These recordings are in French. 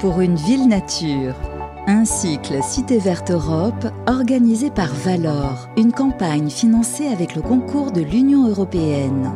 pour une ville nature. Un cycle Cité Verte Europe organisé par Valor, une campagne financée avec le concours de l'Union européenne.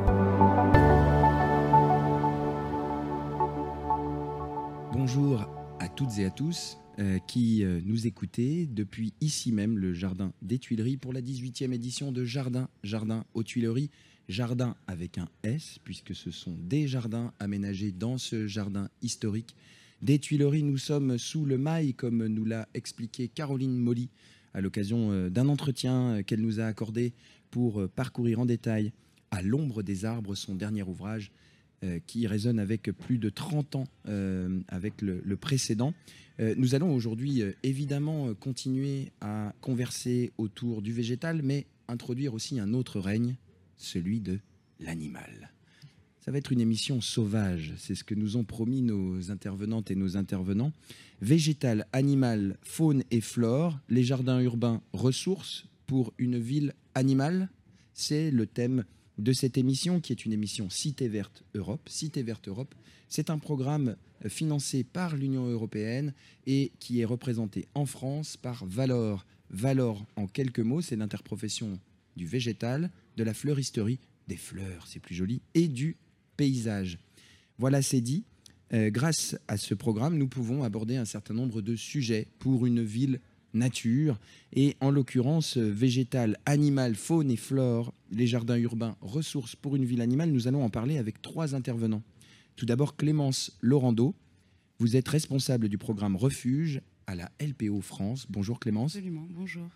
Bonjour à toutes et à tous qui nous écoutez depuis ici même le Jardin des Tuileries pour la 18e édition de Jardin aux Tuileries. Jardin avec un S, puisque ce sont des jardins aménagés dans ce jardin historique des Tuileries. Nous sommes sous le mail, comme nous l'a expliqué Caroline Molly à l'occasion d'un entretien qu'elle nous a accordé pour parcourir en détail À l'ombre des arbres, son dernier ouvrage qui résonne avec plus de 30 ans avec le précédent. Nous allons aujourd'hui évidemment continuer à converser autour du végétal, mais introduire aussi un autre règne, celui de l'animal. Ça va être une émission sauvage, c'est ce que nous ont promis nos intervenantes et nos intervenants. Végétal, animal, faune et flore, les jardins urbains, ressources pour une ville animale, c'est le thème de cette émission qui est une émission Cité Verte Europe. Cité Verte Europe, c'est un programme financé par l'Union européenne et qui est représenté en France par Valor. Valor, en quelques mots, c'est l'interprofession du végétal, de la fleuristerie, des fleurs, c'est plus joli, et du paysage. Voilà, c'est dit. Grâce à ce programme, nous pouvons aborder un certain nombre de sujets pour une ville nature, et en l'occurrence végétal, animal, faune et flore, les jardins urbains, ressources pour une ville animale. Nous allons en parler avec 3 intervenants. Tout d'abord, Clémence Laurando, vous êtes responsable du programme Refuge à la LPO France. Bonjour Clémence. Absolument, bonjour.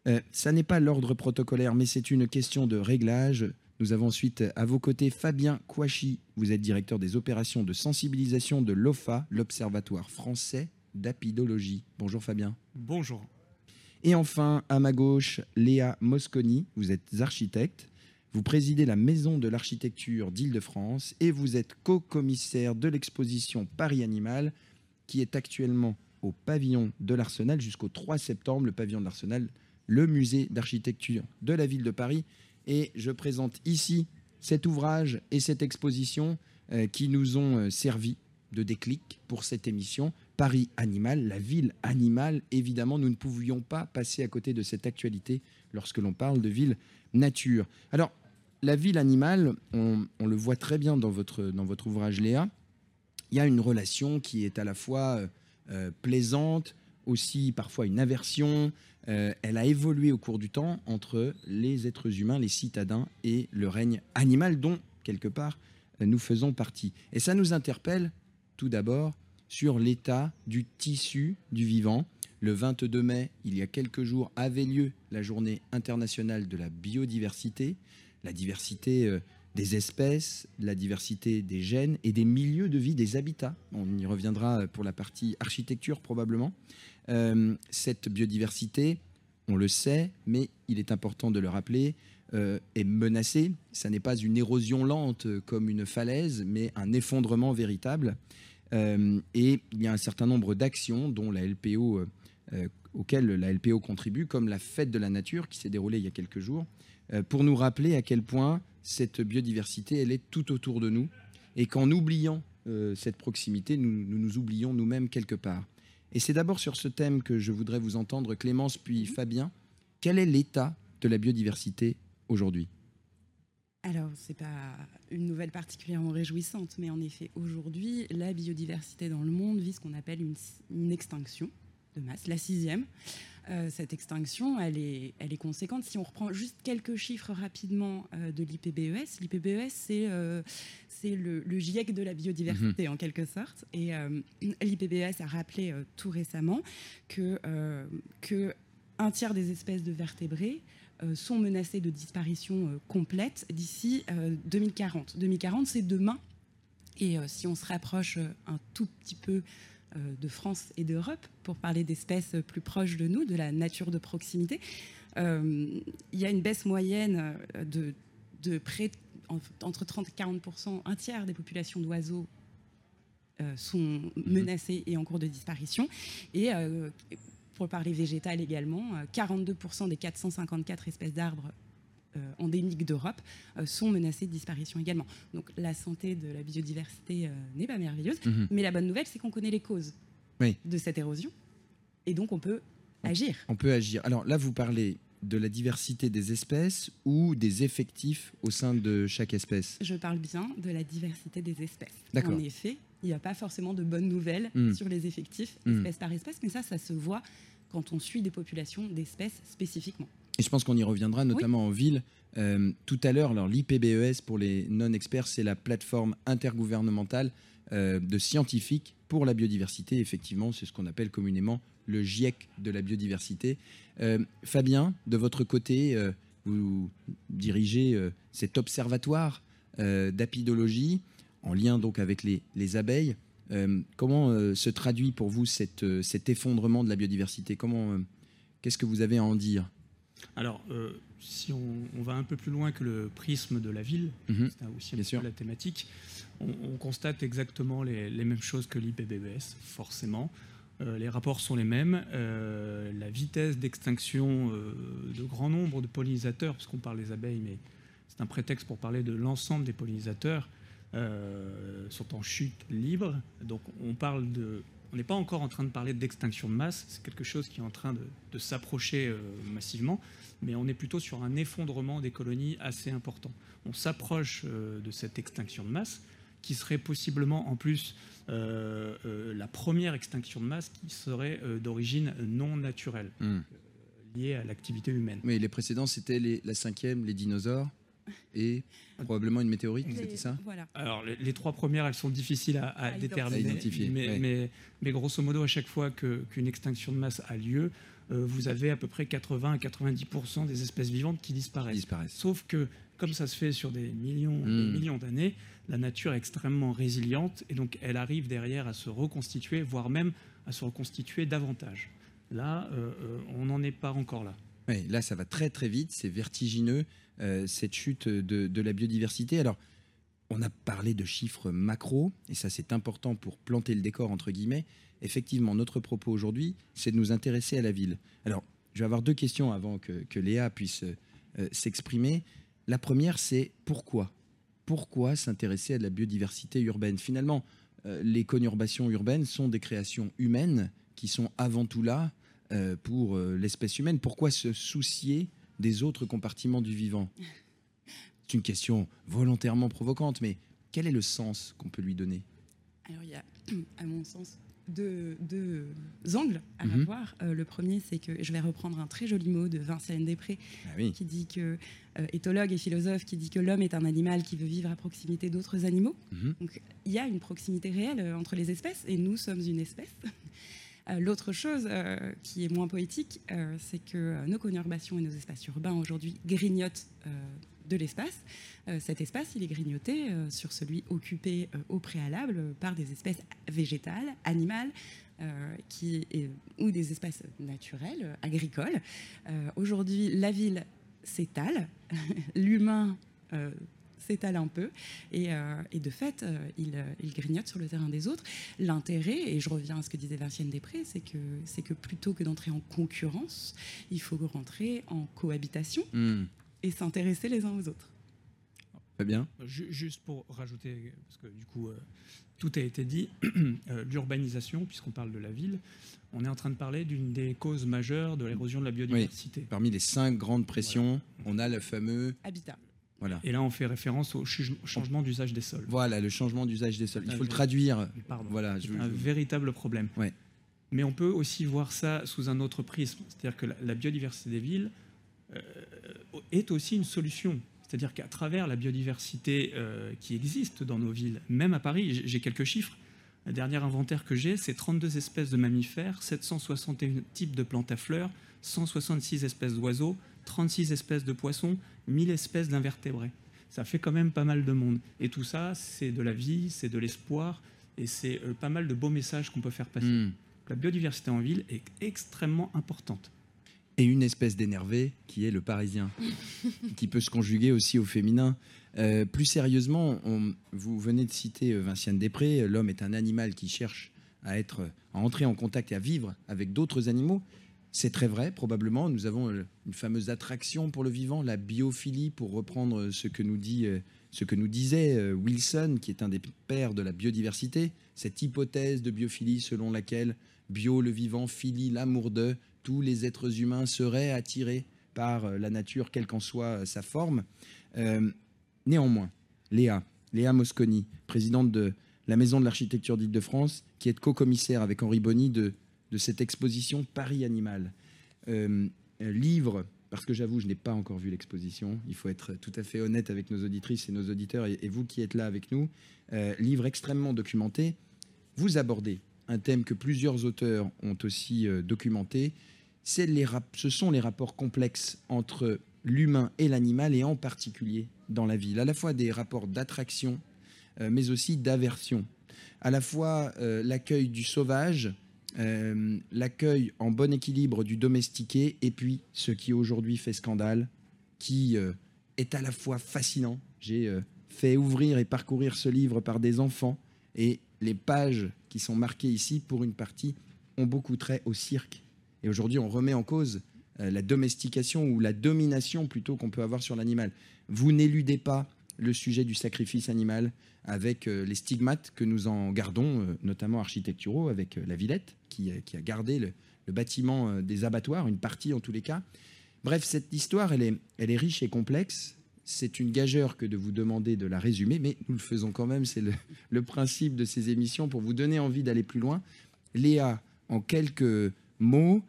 Ça n'est pas l'ordre protocolaire, mais c'est une question de réglage. Nous avons ensuite à vos côtés Fabien Kouachi, vous êtes directeur des opérations de sensibilisation de l'OFA, l'Observatoire français d'apidologie. Bonjour Fabien. Bonjour. Et enfin, à ma gauche, Léa Mosconi, vous êtes architecte, vous présidez la Maison de l'Architecture d'Île-de-France et vous êtes co-commissaire de l'exposition Paris Animal qui est actuellement au pavillon de l'Arsenal jusqu'au 3 septembre, le pavillon de l'Arsenal, le musée d'architecture de la ville de Paris. Et je présente ici cet ouvrage et cette exposition qui nous ont servi de déclic pour cette émission. Paris Animal, la ville animale. Évidemment, nous ne pouvions pas passer à côté de cette actualité lorsque l'on parle de ville nature. Alors, la ville animale, on le voit très bien dans votre ouvrage, Léa. Il y a une relation qui est à la fois plaisante, aussi parfois une aversion. Elle a évolué au cours du temps entre les êtres humains, les citadins et le règne animal dont, quelque part, nous faisons partie. Et ça nous interpelle tout d'abord sur l'état du tissu du vivant. Le 22 mai, il y a quelques jours, avait lieu la journée internationale de la biodiversité, la diversité des espèces, la diversité des gènes et des milieux de vie, des habitats. On y reviendra pour la partie architecture probablement. Cette biodiversité, on le sait, mais il est important de le rappeler, est menacée. Ça n'est pas une érosion lente comme une falaise, mais un effondrement véritable. Et il y a un certain nombre d'actions dont la LPO, auxquelles la LPO contribue, comme la fête de la nature qui s'est déroulée il y a quelques jours, pour nous rappeler à quel point cette biodiversité, elle est tout autour de nous, et qu'en oubliant cette proximité, nous oublions nous-mêmes quelque part. Et c'est d'abord sur ce thème que je voudrais vous entendre, Clémence, puis Fabien. Quel est l'état de la biodiversité aujourd'hui ? Alors, ce n'est pas une nouvelle particulièrement réjouissante, mais en effet, aujourd'hui, la biodiversité dans le monde vit ce qu'on appelle une extinction de masse, la 6e. Cette extinction, elle est conséquente. Si on reprend juste quelques chiffres rapidement de l'IPBES, l'IPBES, c'est le GIEC de la biodiversité, en quelque sorte. Et l'IPBES a rappelé tout récemment que un tiers des espèces de vertébrés sont menacées de disparition complète d'ici 2040. 2040, c'est demain. Et si on se rapproche un tout petit peu de France et d'Europe, pour parler d'espèces plus proches de nous, de la nature de proximité, il y a une baisse moyenne de près entre 30 et 40%, un tiers des populations d'oiseaux sont menacées et en cours de disparition. Et pour parler végétal également, 42% des 454 espèces d'arbres endémiques d'Europe sont menacées de disparition également. Donc la santé de la biodiversité n'est pas merveilleuse, mais la bonne nouvelle, c'est qu'on connaît les causes. de cette érosion. Et donc, on peut agir. On peut agir. Alors là, vous parlez de la diversité des espèces ou des effectifs au sein de chaque espèce? Je parle bien de la diversité des espèces. D'accord. En effet, il n'y a pas forcément de bonnes nouvelles sur les effectifs, espèce par espèce, mais ça se voit quand on suit des populations d'espèces spécifiquement. Et je pense qu'on y reviendra, notamment en ville. Tout à l'heure, l'IPBES, pour les non-experts, c'est la plateforme intergouvernementale de scientifiques pour la biodiversité. Effectivement, c'est ce qu'on appelle communément le GIEC de la biodiversité. Fabien, de votre côté, vous dirigez cet observatoire d'apidologie en lien donc avec les abeilles. Comment se traduit pour vous cet effondrement de la biodiversité? Qu'est-ce que vous avez à en dire? Alors, si on va un peu plus loin que le prisme de la ville, c'est aussi un peu la thématique, on constate exactement les mêmes choses que l'IPBES, forcément. Les rapports sont les mêmes. La vitesse d'extinction de grand nombre de pollinisateurs, parce qu'on parle des abeilles, mais c'est un prétexte pour parler de l'ensemble des pollinisateurs, sont en chute libre. Donc on n'est pas encore en train de parler d'extinction de masse, c'est quelque chose qui est en train de s'approcher massivement, mais on est plutôt sur un effondrement des colonies assez important. On s'approche de cette extinction de masse, qui serait possiblement en plus la première extinction de masse qui serait d'origine non naturelle, liée à l'activité humaine. Oui, les précédents, c'était la cinquième, les dinosaures, et probablement une météorite, c'était ça? Voilà. Alors, les trois premières, elles sont difficiles à déterminer, identifier, mais grosso modo, à chaque fois qu'une extinction de masse a lieu, vous avez à peu près 80 à 90% des espèces vivantes qui disparaissent. Sauf que, comme ça se fait sur des millions d'années, la nature est extrêmement résiliente et donc elle arrive derrière à se reconstituer, voire même à se reconstituer davantage. Là, on n'en est pas encore là. Oui, là, ça va très très vite, c'est vertigineux, cette chute de la biodiversité. Alors, on a parlé de chiffres macro, et ça c'est important pour planter le décor, entre guillemets. Effectivement, notre propos aujourd'hui, c'est de nous intéresser à la ville. Alors, je vais avoir deux questions avant que Léa puisse s'exprimer. La première, c'est pourquoi? Pourquoi s'intéresser à la biodiversité urbaine? Finalement, les conurbations urbaines sont des créations humaines qui sont avant tout là pour l'espèce humaine. Pourquoi se soucier des autres compartiments du vivant? C'est une question volontairement provocante, mais quel est le sens qu'on peut lui donner? Alors, il y a, à mon sens, deux angles à avoir. Le premier, c'est que je vais reprendre un très joli mot de Vinciane Després, qui dit que, éthologue et philosophe, qui dit que l'homme est un animal qui veut vivre à proximité d'autres animaux. Donc, il y a une proximité réelle entre les espèces, et nous sommes une espèce. L'autre chose qui est moins poétique, c'est que nos conurbations et nos espaces urbains aujourd'hui grignotent de l'espace. Cet espace, il est grignoté sur celui occupé au préalable par des espèces végétales, animales, ou des espèces naturelles, agricoles. Aujourd'hui, la ville s'étale, l'humain s'étale un peu, et de fait, il grignote sur le terrain des autres. L'intérêt, et je reviens à ce que disait Vinciane Després, c'est que plutôt que d'entrer en concurrence, il faut rentrer en cohabitation et s'intéresser les uns aux autres. Très bien. Juste pour rajouter, parce que du coup, tout a été dit, l'urbanisation, puisqu'on parle de la ville, on est en train de parler d'une des causes majeures de l'érosion de la biodiversité. Oui. Parmi les 5 grandes pressions, on a le fameux habitat. Voilà. Et là, on fait référence au changement d'usage des sols. Voilà, le changement d'usage des sols. Il faut le traduire. Voilà, c'est un véritable problème. Ouais. Mais on peut aussi voir ça sous un autre prisme. C'est-à-dire que la biodiversité des villes est aussi une solution. C'est-à-dire qu'à travers la biodiversité qui existe dans nos villes, même à Paris, j'ai quelques chiffres. Le dernier inventaire que j'ai, c'est 32 espèces de mammifères, 761 types de plantes à fleurs, 166 espèces d'oiseaux, 36 espèces de poissons, 1000 espèces d'invertébrés. Ça fait quand même pas mal de monde. Et tout ça, c'est de la vie, c'est de l'espoir, et c'est pas mal de beaux messages qu'on peut faire passer. La biodiversité en ville est extrêmement importante. Et une espèce d'énervé qui est le parisien, qui peut se conjuguer aussi au féminin. Plus sérieusement, vous venez de citer Vinciane Després, l'homme est un animal qui cherche à entrer en contact et à vivre avec d'autres animaux. c'est très vrai, probablement. Nous avons une fameuse attraction pour le vivant, la biophilie, pour reprendre ce que nous disait Wilson, qui est un des pères de la biodiversité, cette hypothèse de biophilie selon laquelle bio, le vivant, philie, l'amour de, tous les êtres humains seraient attirés par la nature, quelle qu'en soit sa forme. Néanmoins, Léa Mosconi, présidente de la Maison de l'Architecture d'Île-de-France, qui est co-commissaire avec Henri Bonny de cette exposition Paris Animal. Livre, parce que j'avoue, je n'ai pas encore vu l'exposition, il faut être tout à fait honnête avec nos auditrices et nos auditeurs, et vous qui êtes là avec nous, livre extrêmement documenté. Vous abordez un thème que plusieurs auteurs ont aussi documenté, ce sont les rapports complexes entre l'humain et l'animal, et en particulier dans la ville, à la fois des rapports d'attraction, mais aussi d'aversion, à la fois l'accueil du sauvage, l'accueil en bon équilibre du domestiqué, et puis ce qui aujourd'hui fait scandale, qui est à la fois fascinant. J'ai fait ouvrir et parcourir ce livre par des enfants, et les pages qui sont marquées ici, pour une partie, ont beaucoup trait au cirque. Et aujourd'hui, on remet en cause la domestication, ou la domination plutôt, qu'on peut avoir sur l'animal. Vous n'éludez pas le sujet du sacrifice animal, avec les stigmates que nous en gardons, notamment architecturaux, avec la Villette, qui a gardé le bâtiment des abattoirs, une partie en tous les cas. Bref, cette histoire, elle est riche et complexe. C'est une gageure que de vous demander de la résumer, mais nous le faisons quand même, c'est le principe de ces émissions, pour vous donner envie d'aller plus loin. Léa, en quelques mots,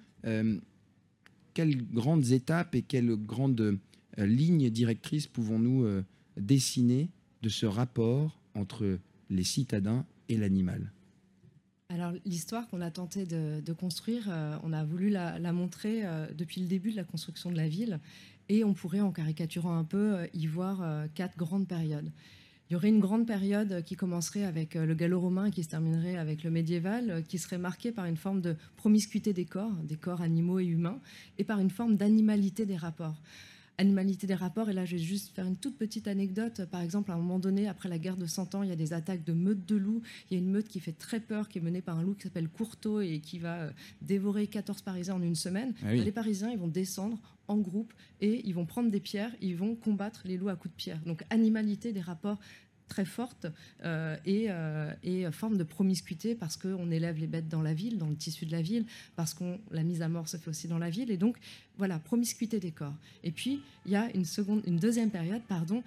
quelles grandes étapes et quelles grandes lignes directrices pouvons-nous dessiner de ce rapport entre les citadins et l'animal? Alors, l'histoire qu'on a tenté de construire, on a voulu la montrer depuis le début de la construction de la ville, et on pourrait, en caricaturant un peu, y voir 4 grandes périodes. Il y aurait une grande période qui commencerait avec le gallo-romain, qui se terminerait avec le médiéval, qui serait marquée par une forme de promiscuité des corps animaux et humains, et par une forme d'animalité des rapports. Animalité des rapports, et là je vais juste faire une toute petite anecdote. Par exemple, à un moment donné, après la guerre de 100 ans, il y a des attaques de meutes de loups. Il y a une meute qui fait très peur, qui est menée par un loup qui s'appelle Courtauld et qui va dévorer 14 Parisiens en une semaine. Ah oui. Les Parisiens, ils vont descendre en groupe et ils vont prendre des pierres, ils vont combattre les loups à coups de pierre. Donc animalité des rapports très forte, et forme de promiscuité, parce qu'on élève les bêtes dans la ville, dans le tissu de la ville, parce que la mise à mort se fait aussi dans la ville, et donc voilà, promiscuité des corps. Et puis il y a une deuxième période,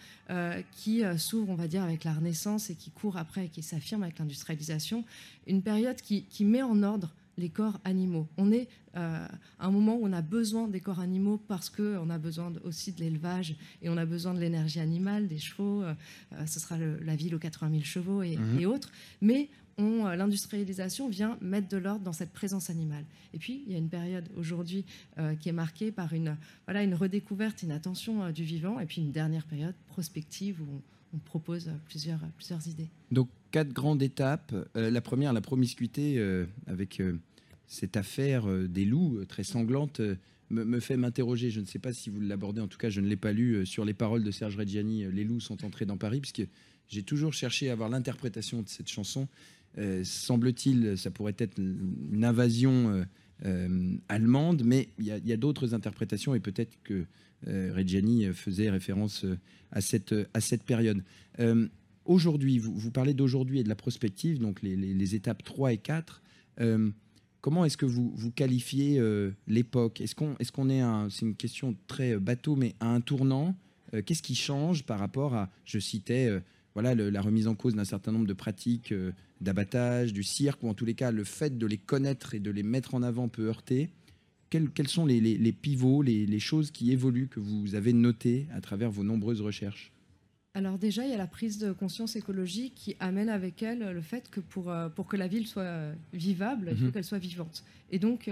qui s'ouvre, on va dire, avec la Renaissance, et qui court après, et qui s'affirme avec l'industrialisation, une période qui met en ordre les corps animaux. On est à un moment où on a besoin des corps animaux, parce qu'on a besoin aussi de l'élevage, et on a besoin de l'énergie animale, des chevaux, ce sera la ville aux 80 000 chevaux et autres, mais l'industrialisation vient mettre de l'ordre dans cette présence animale. Et puis, il y a une période aujourd'hui qui est marquée par une redécouverte, une attention du vivant, et puis une dernière période prospective où on propose plusieurs idées. Donc, 4 grandes étapes. La première, la promiscuité, avec cette affaire des loups très sanglante, me fait m'interroger. Je ne sais pas si vous l'abordez, en tout cas, je ne l'ai pas lu, sur les paroles de Serge Reggiani, « Les loups sont entrés dans Paris », puisque j'ai toujours cherché à avoir l'interprétation de cette chanson. Semble-t-il, ça pourrait être une invasion allemande, mais il y a d'autres interprétations, et peut-être que Reggiani faisait référence à cette période. Aujourd'hui, vous parlez d'aujourd'hui et de la prospective, donc les étapes 3 et 4. Comment est-ce que vous qualifiez l'époque? Est-ce qu'on est c'est une question très bateau, mais à un tournant? Qu'est-ce qui change par rapport à, je citais, la remise en cause d'un certain nombre de pratiques d'abattage, du cirque, ou en tous les cas, le fait de les connaître et de les mettre en avant peut heurter. Quels sont les pivots, les choses qui évoluent, que vous avez notées à travers vos nombreuses recherches? Alors déjà, il y a la prise de conscience écologique qui amène avec elle le fait que pour que la ville soit vivable, il faut qu'elle soit vivante. Et donc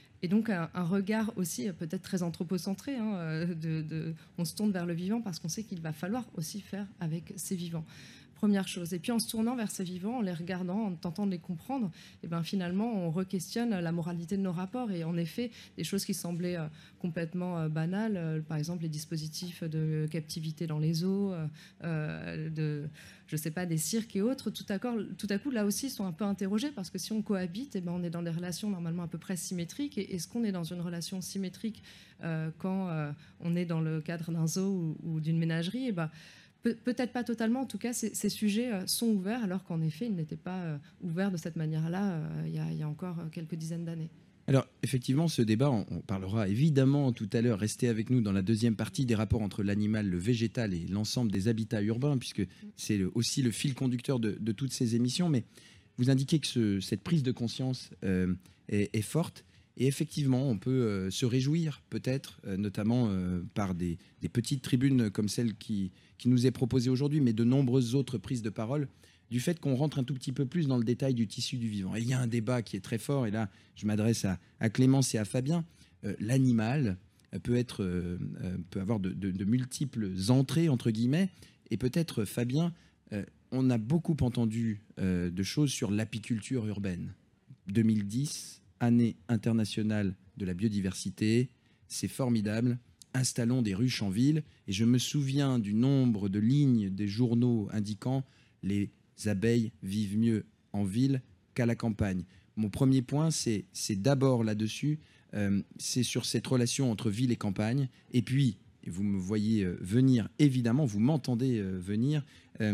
un regard aussi peut-être très anthropocentré, on se tourne vers le vivant parce qu'on sait qu'il va falloir aussi faire avec ces vivants. Première chose. Et puis en se tournant vers ces vivants, en les regardant, en tentant de les comprendre, et ben finalement, on re-questionne la moralité de nos rapports. Et en effet, des choses qui semblaient complètement banales, par exemple les dispositifs de captivité dans les zoos, je sais pas, des cirques et autres, tout à coup, là aussi, sont un peu interrogés, parce que si on cohabite, on est dans des relations normalement à peu près symétriques. Et est-ce qu'on est dans une relation symétrique quand on est dans le cadre d'un zoo ou d'une ménagerie? Peut-être pas totalement. En tout cas, ces sujets sont ouverts, alors qu'en effet, ils n'étaient pas ouverts de cette manière-là il y a encore quelques dizaines d'années. Alors, effectivement, ce débat, on parlera évidemment tout à l'heure. Restez avec nous dans la deuxième partie des rapports entre l'animal, le végétal et l'ensemble des habitats urbains, puisque c'est aussi le fil conducteur de toutes ces émissions. Mais vous indiquez que cette prise de conscience est forte. Et effectivement, on peut se réjouir, peut-être, notamment par des petites tribunes comme celle qui nous est proposée aujourd'hui, mais de nombreuses autres prises de parole, du fait qu'on rentre un tout petit peu plus dans le détail du tissu du vivant. Et il y a un débat qui est très fort, et là, je m'adresse à Clémence et à Fabien. L'animal peut avoir de multiples entrées, entre guillemets, et peut-être, Fabien, on a beaucoup entendu de choses sur l'apiculture urbaine. 2010, année internationale de la biodiversité, c'est formidable. Installons des ruches en ville. Et je me souviens du nombre de lignes des journaux indiquant les abeilles vivent mieux en ville qu'à la campagne. Mon premier point, c'est d'abord là-dessus, c'est sur cette relation entre ville et campagne. Et puis, vous me voyez venir, évidemment, vous m'entendez venir,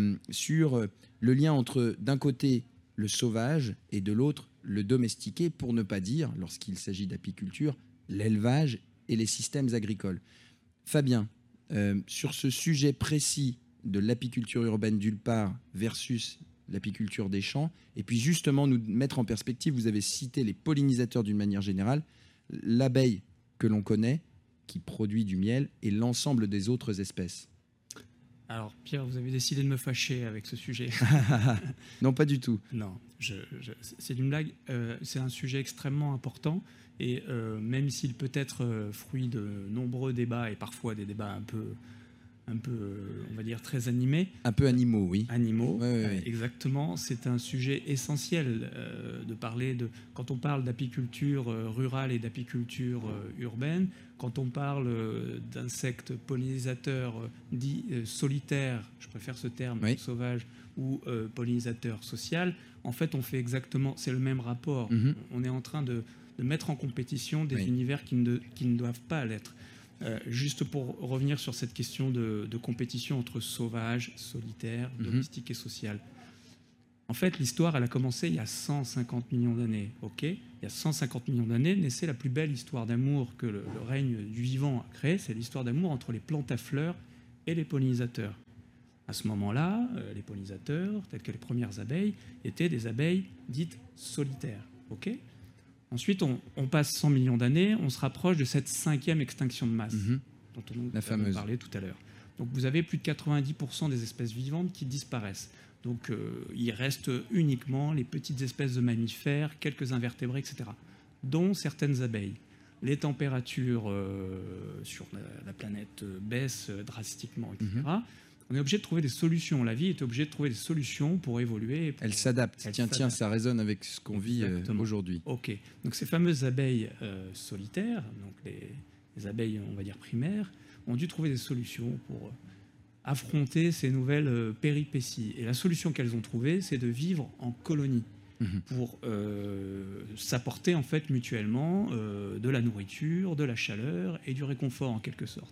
sur le lien entre, d'un côté, le sauvage et de l'autre, le domestiqué, pour ne pas dire, lorsqu'il s'agit d'apiculture, l'élevage et les systèmes agricoles. Fabien, sur ce sujet précis de l'apiculture urbaine d'une part versus l'apiculture des champs, et puis justement nous mettre en perspective, vous avez cité les pollinisateurs d'une manière générale, l'abeille que l'on connaît, qui produit du miel, et l'ensemble des autres espèces. Alors Pierre, vous avez décidé de me fâcher avec ce sujet. Non, pas du tout. Non, c'est une blague. C'est un sujet extrêmement important, et même s'il peut être fruit de nombreux débats, et parfois des débats un peu, on va dire, très animés. Un peu animaux, oui. Animaux, ouais. Exactement. C'est un sujet essentiel de parler de... Quand on parle d'apiculture rurale et d'apiculture urbaine, quand on parle d'insectes pollinisateurs dits solitaires, je préfère ce terme, oui, sauvage, ou pollinisateur social, en fait, on fait exactement... C'est le même rapport. On est en train de mettre en compétition des univers qui ne doivent pas l'être. Juste pour revenir sur cette question de compétition entre sauvage, solitaire, domestique et social. En fait, l'histoire, elle a commencé il y a 150 millions d'années. Il y a 150 millions d'années naissait la plus belle histoire d'amour que le règne du vivant a créée. C'est l'histoire d'amour entre les plantes à fleurs et les pollinisateurs. À ce moment-là, les pollinisateurs, tels que les premières abeilles, étaient des abeilles dites solitaires. Ensuite, on passe 100 millions d'années, on se rapproche de cette 5e extinction de masse dont on a parlé tout à l'heure. Donc vous avez plus de 90% des espèces vivantes qui disparaissent. Donc il reste uniquement les petites espèces de mammifères, quelques invertébrés, etc., dont certaines abeilles. Les températures sur la planète baissent drastiquement, etc. On est obligé de trouver des solutions. La vie est obligée de trouver des solutions pour évoluer. Elle s'adapte. Tiens, ça résonne avec ce qu'on vit aujourd'hui. Donc ces fameuses abeilles solitaires, donc les abeilles, on va dire primaires, ont dû trouver des solutions pour affronter ces nouvelles péripéties. Et la solution qu'elles ont trouvée, c'est de vivre en colonie pour s'apporter en fait mutuellement de la nourriture, de la chaleur et du réconfort en quelque sorte.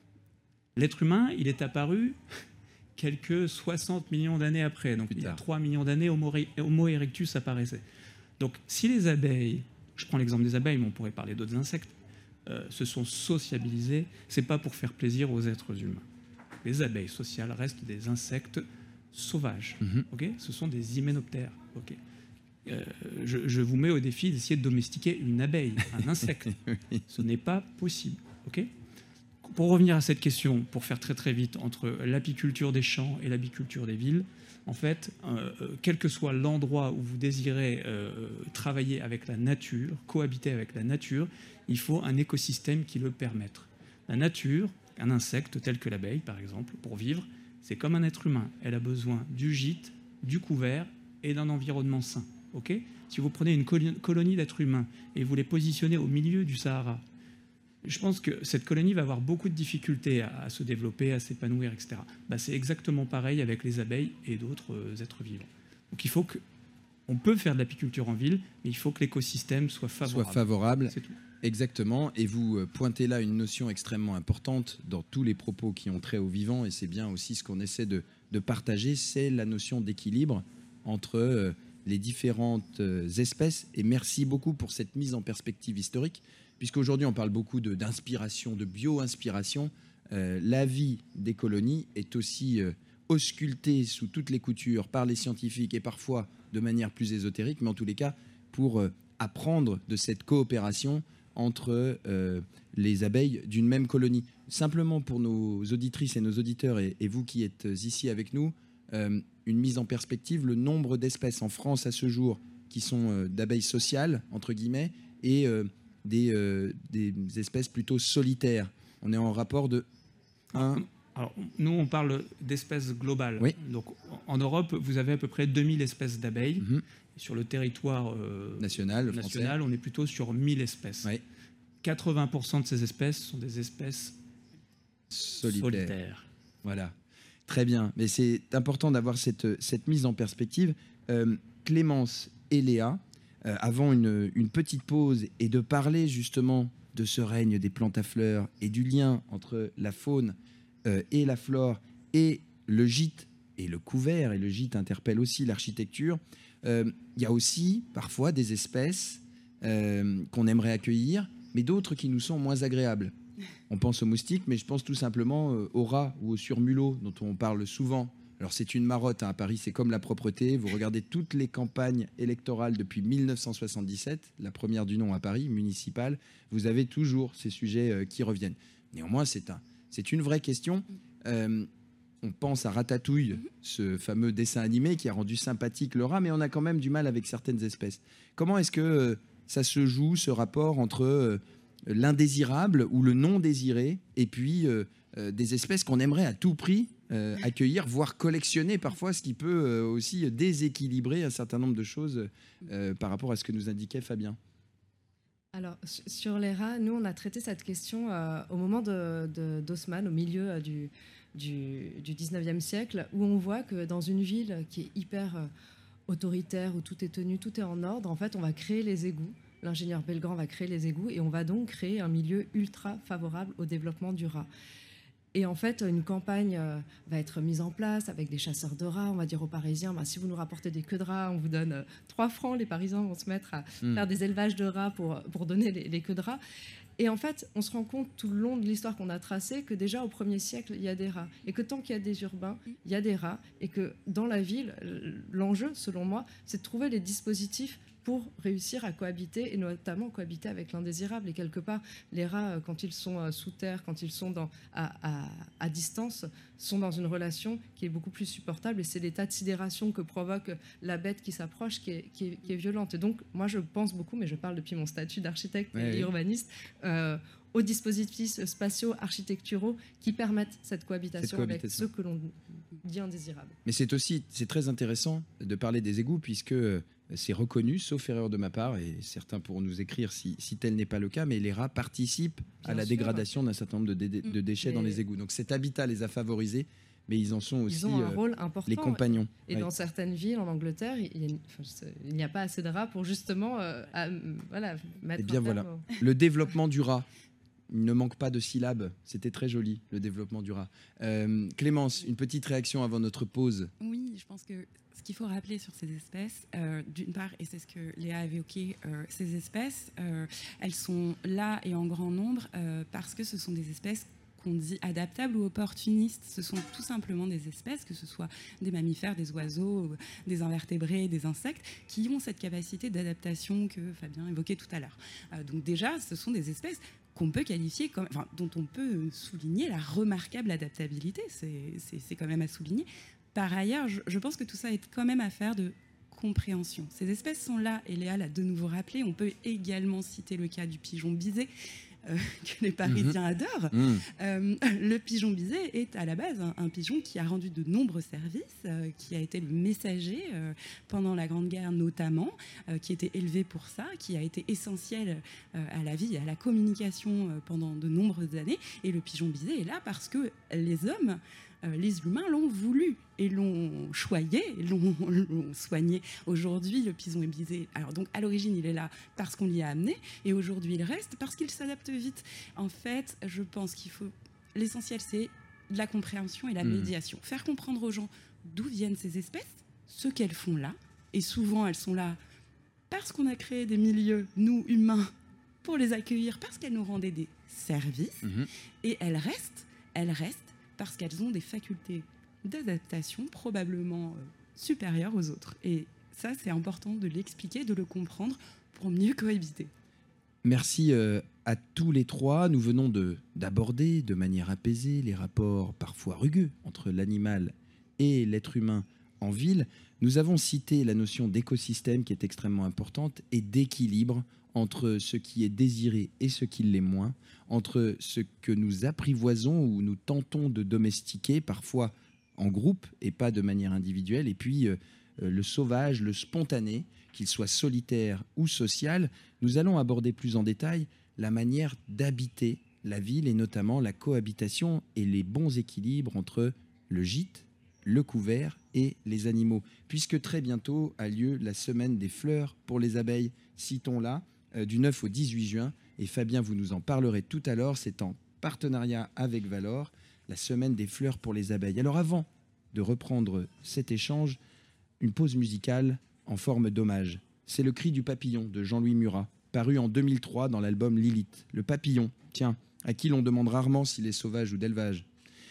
L'être humain, il est apparu quelques 60 millions d'années après. Donc, il y a 3 millions d'années, Homo erectus apparaissait. Donc, si les abeilles, je prends l'exemple des abeilles, mais on pourrait parler d'autres insectes, se sont sociabilisés, c'est pas pour faire plaisir aux êtres humains. Les abeilles sociales restent des insectes sauvages. Ce sont des hyménoptères. Je vous mets au défi d'essayer de domestiquer une abeille, un insecte. Ce n'est pas possible. Pour revenir à cette question, pour faire très très vite, entre l'apiculture des champs et l'apiculture des villes, en fait, quel que soit l'endroit où vous désirez travailler avec la nature, cohabiter avec la nature, il faut un écosystème qui le permette. La nature, un insecte tel que l'abeille par exemple, pour vivre, C'est comme un être humain. Elle a besoin du gîte, du couvert et d'un environnement sain. Okay ? Si vous prenez une colonie d'êtres humains et vous les positionnez au milieu du Sahara, je pense que cette colonie va avoir beaucoup de difficultés à se développer, à s'épanouir, etc. C'est exactement pareil avec les abeilles et d'autres êtres vivants. Donc il faut que... On peut faire de l'apiculture en ville, mais il faut que l'écosystème soit favorable. C'est tout. Exactement. Et vous pointez là une notion extrêmement importante dans tous les propos qui ont trait au vivant, et c'est bien aussi ce qu'on essaie de partager, c'est la notion d'équilibre entre les différentes espèces. Et merci beaucoup pour cette mise en perspective historique, puisqu'aujourd'hui on parle beaucoup d'inspiration, de bio-inspiration. La vie des colonies est aussi auscultée sous toutes les coutures par les scientifiques et parfois de manière plus ésotérique, mais en tous les cas pour apprendre de cette coopération entre les abeilles d'une même colonie. Simplement pour nos auditrices et nos auditeurs et vous qui êtes ici avec nous, une mise en perspective, le nombre d'espèces en France à ce jour qui sont d'abeilles sociales, entre guillemets, et des espèces plutôt solitaires. On est en rapport de 1... Alors, nous, on parle d'espèces globales. Oui. Donc, en Europe, vous avez à peu près 2000 espèces d'abeilles. Sur le territoire national, on est plutôt sur 1000 espèces. Oui. 80% de ces espèces sont des espèces solitaires. Voilà, très bien. Mais c'est important d'avoir cette mise en perspective. Clémence et Léa, avant une petite pause et de parler justement de ce règne des plantes à fleurs et du lien entre la faune et la flore et le gîte et le couvert, et le gîte interpelle aussi l'architecture. Il y a aussi parfois des espèces qu'on aimerait accueillir, mais d'autres qui nous sont moins agréables. On pense aux moustiques, mais je pense tout simplement aux rats ou aux surmulots dont on parle souvent. Alors c'est une marotte, hein, à Paris, c'est comme la propreté. Vous regardez toutes les campagnes électorales depuis 1977, la première du nom à Paris, municipale, vous avez toujours ces sujets qui reviennent. Néanmoins, c'est une vraie question. On pense à Ratatouille, ce fameux dessin animé qui a rendu sympathique le rat, mais on a quand même du mal avec certaines espèces. Comment est-ce que ça se joue, ce rapport entre l'indésirable ou le non désiré, et puis des espèces qu'on aimerait à tout prix accueillir, voire collectionner parfois, ce qui peut aussi déséquilibrer un certain nombre de choses par rapport à ce que nous indiquait Fabien? Alors, sur les rats, nous, on a traité cette question au moment d'Haussmann, au milieu du 19e siècle, où on voit que dans une ville qui est hyper autoritaire, où tout est tenu, tout est en ordre, en fait, on va créer les égouts. L'ingénieur Belgrand va créer les égouts et on va donc créer un milieu ultra favorable au développement du rat. Et en fait, une campagne va être mise en place avec des chasseurs de rats. On va dire aux Parisiens, si vous nous rapportez des queues de rats, on vous donne 3 francs. Les Parisiens vont se mettre à faire des élevages de rats pour donner les queues de rats. Et en fait, on se rend compte tout le long de l'histoire qu'on a tracée que déjà au 1er siècle, il y a des rats. Et que tant qu'il y a des urbains, il y a des rats. Et que dans la ville, l'enjeu, selon moi, c'est de trouver les dispositifs pour réussir à cohabiter, et notamment cohabiter avec l'indésirable. Et quelque part, les rats, quand ils sont sous terre, quand ils sont à distance, sont dans une relation qui est beaucoup plus supportable. Et c'est l'état de sidération que provoque la bête qui s'approche qui est violente. Et donc, moi, je pense beaucoup, mais je parle depuis mon statut d'architecte et urbaniste, aux dispositifs spatiaux, architecturaux qui permettent cette cohabitation avec ceux que l'on dit indésirables. Mais c'est très intéressant de parler des égouts, puisque c'est reconnu, sauf erreur de ma part, et certains pourront nous écrire si tel n'est pas le cas, mais les rats participent à la dégradation d'un certain nombre de déchets dans les égouts. Donc cet habitat les a favorisés, mais ils en sont aussi ont un rôle important, les compagnons. Et dans certaines villes en Angleterre, il n'y a pas assez de rats pour justement mettre un terme. Le développement du rat. Il ne manque pas de syllabes. C'était très joli, le développement du rat. Clémence, une petite réaction avant notre pause. Oui, je pense que ce qu'il faut rappeler sur ces espèces, d'une part, et c'est ce que Léa a évoqué, ces espèces, elles sont là et en grand nombre parce que ce sont des espèces qu'on dit adaptables ou opportunistes. Ce sont tout simplement des espèces, que ce soit des mammifères, des oiseaux, des invertébrés, des insectes, qui ont cette capacité d'adaptation que Fabien évoquait tout à l'heure. Donc déjà, ce sont des espèces qu'on peut qualifier dont on peut souligner la remarquable adaptabilité. C'est quand même à souligner. Par ailleurs, je pense que tout ça est quand même affaire de compréhension. Ces espèces sont là, et Léa l'a de nouveau rappelé. On peut également citer le cas du pigeon bisé. que les Parisiens adorent. Le pigeon bisé est à la base un pigeon qui a rendu de nombreux services, qui a été le messager pendant la Grande Guerre notamment, qui était élevé pour ça, qui a été essentiel à la vie et à la communication pendant de nombreuses années. Et le pigeon bisé est là parce que les hommes, les humains l'ont voulu et l'ont choyé, l'ont soigné. Aujourd'hui, le pigeon est bisé. Alors donc, à l'origine, il est là parce qu'on l'y a amené, et aujourd'hui, il reste parce qu'il s'adapte vite. En fait, je pense qu'il faut... L'essentiel, c'est de la compréhension et la médiation. Faire comprendre aux gens d'où viennent ces espèces, ce qu'elles font là, et souvent, elles sont là parce qu'on a créé des milieux, nous, humains, pour les accueillir, parce qu'elles nous rendaient des services, et elles restent parce qu'elles ont des facultés d'adaptation probablement supérieures aux autres. Et ça, c'est important de l'expliquer, de le comprendre pour mieux cohabiter. Merci à tous les trois. Nous venons d'aborder de manière apaisée les rapports parfois rugueux entre l'animal et l'être humain en ville. Nous avons cité la notion d'écosystème qui est extrêmement importante et d'équilibre entre ce qui est désiré et ce qui l'est moins, entre ce que nous apprivoisons ou nous tentons de domestiquer, parfois en groupe et pas de manière individuelle, et puis le sauvage, le spontané, qu'il soit solitaire ou social. Nous allons aborder plus en détail la manière d'habiter la ville et notamment la cohabitation et les bons équilibres entre le gîte, le couvert et les animaux, puisque très bientôt a lieu la semaine des fleurs pour les abeilles, citons-la, du 9 au 18 juin. Et Fabien, vous nous en parlerez tout à l'heure. C'est en partenariat avec Valor, la semaine des fleurs pour les abeilles. Alors avant de reprendre cet échange, une pause musicale en forme d'hommage. C'est Le cri du papillon de Jean-Louis Murat, paru en 2003 dans l'album Lilith. Le papillon, tiens, à qui l'on demande rarement s'il est sauvage ou d'élevage.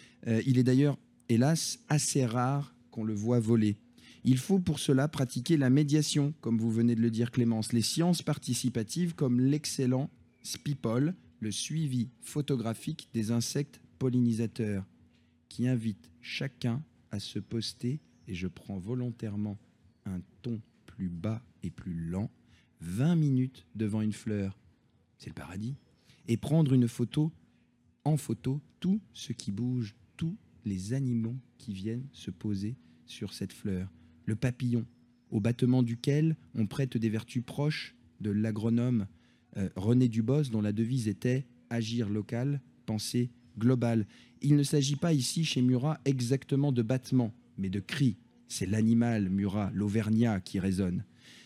Il est d'ailleurs, hélas, assez rare qu'on le voit voler. Il faut pour cela pratiquer la médiation, comme vous venez de le dire Clémence, les sciences participatives comme l'excellent SPIPOL, le suivi photographique des insectes pollinisateurs, qui invite chacun à se poster, et je prends volontairement un ton plus bas et plus lent, 20 minutes devant une fleur, c'est le paradis, et prendre une photo, en photo, tout ce qui bouge, tous les animaux qui viennent se poser sur cette fleur. Le papillon, au battement duquel on prête des vertus proches de l'agronome René Dubos, dont la devise était « Agir local, penser global ». Il ne s'agit pas ici chez Murat exactement de battement, mais de cri. C'est l'animal Murat, l'Auvergnat, qui résonne.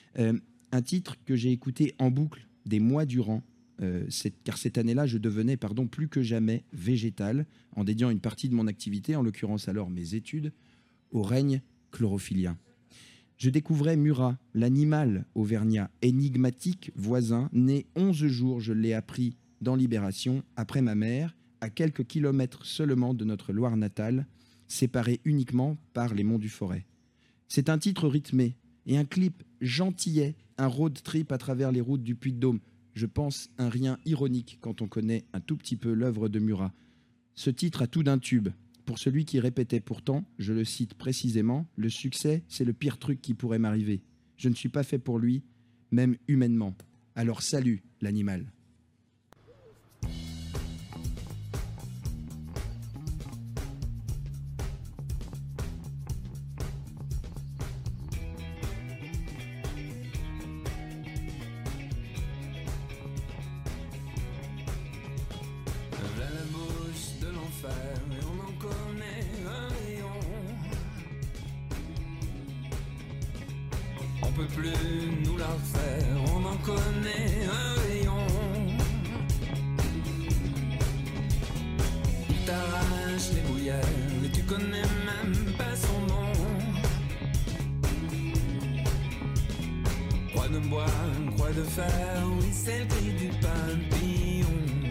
Un titre que j'ai écouté en boucle des mois durant, car cette année-là, je devenais plus que jamais végétal, en dédiant une partie de mon activité, en l'occurrence alors mes études, au règne chlorophylien. Je découvrais Murat, l'animal auvergnat, énigmatique voisin, né 11 jours, je l'ai appris dans Libération, après ma mère, à quelques kilomètres seulement de notre Loire natale, séparée uniquement par les monts du Forêt. C'est un titre rythmé et un clip gentillet, un road trip à travers les routes du Puy-de-Dôme. Je pense un rien ironique quand on connaît un tout petit peu l'œuvre de Murat. Ce titre a tout d'un tube. Pour celui qui répétait pourtant, je le cite précisément, « Le succès, c'est le pire truc qui pourrait m'arriver. Je ne suis pas fait pour lui, même humainement. Alors salut, l'animal ». On peut plus nous la refaire, on en connaît un rayon. Il t'arrache les bruyères et tu connais même pas son nom. Croix de bois, croix de fer, oui c'est le cri du papillon.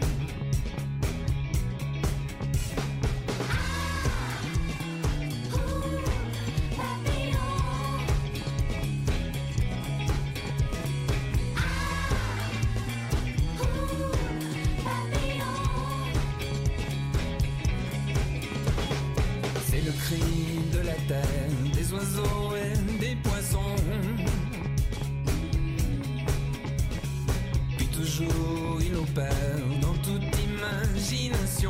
Des oiseaux et des poissons. Puis tout ce jour il opère dans toute imagination.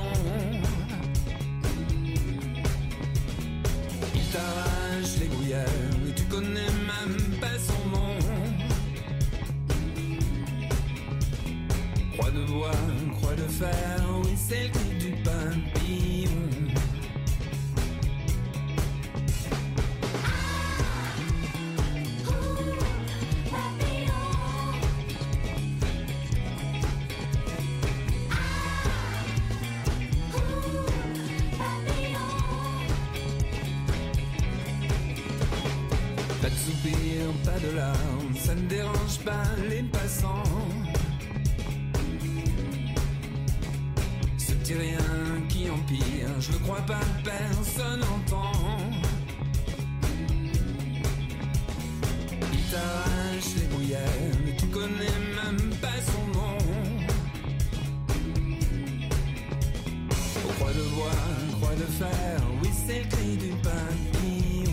Il t'arrache les bruyères et tu connais même pas son nom. Croix de bois, croix de fer, oui c'est le cri du papillon. Pas de soupir, pas de larmes, ça ne dérange pas les passants. Ce petit rien qui empire, je ne crois pas, personne n'entend. Il t'arrache les bruyères, mais tu connais même pas son nom. Aux croix de bois, croix de fer, oui c'est le cri du papillon.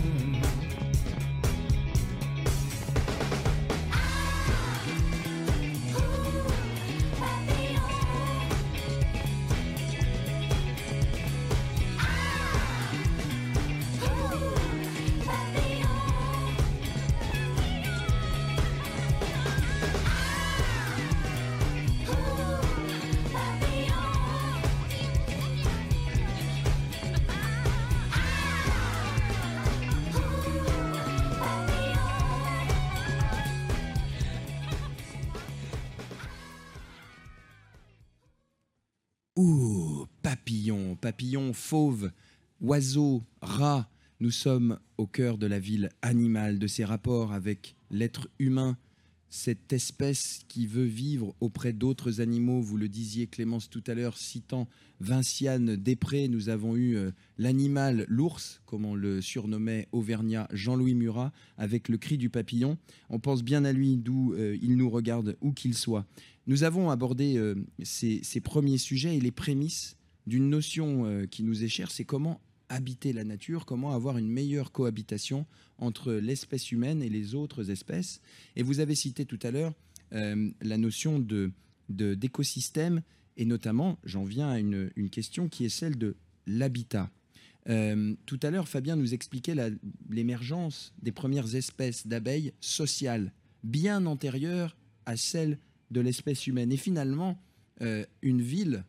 Ouh, papillon, papillon, fauve, oiseau, rat. Nous sommes au cœur de la ville animale, de ses rapports avec l'être humain, cette espèce qui veut vivre auprès d'autres animaux. Vous le disiez, Clémence, tout à l'heure, citant Vinciane Després, nous avons eu l'animal, l'ours, comme on le surnommait auvergnat Jean-Louis Murat, avec le cri du papillon. On pense bien à lui, d'où il nous regarde, où qu'il soit. Nous avons abordé ces premiers sujets et les prémices d'une notion qui nous est chère, c'est comment habiter la nature, comment avoir une meilleure cohabitation entre l'espèce humaine et les autres espèces. Et vous avez cité tout à l'heure la notion d'écosystème, et notamment, j'en viens à une question qui est celle de l'habitat. Tout à l'heure, Fabien nous expliquait l'émergence des premières espèces d'abeilles sociales, bien antérieures à celles de l'espèce humaine. Et finalement, une ville,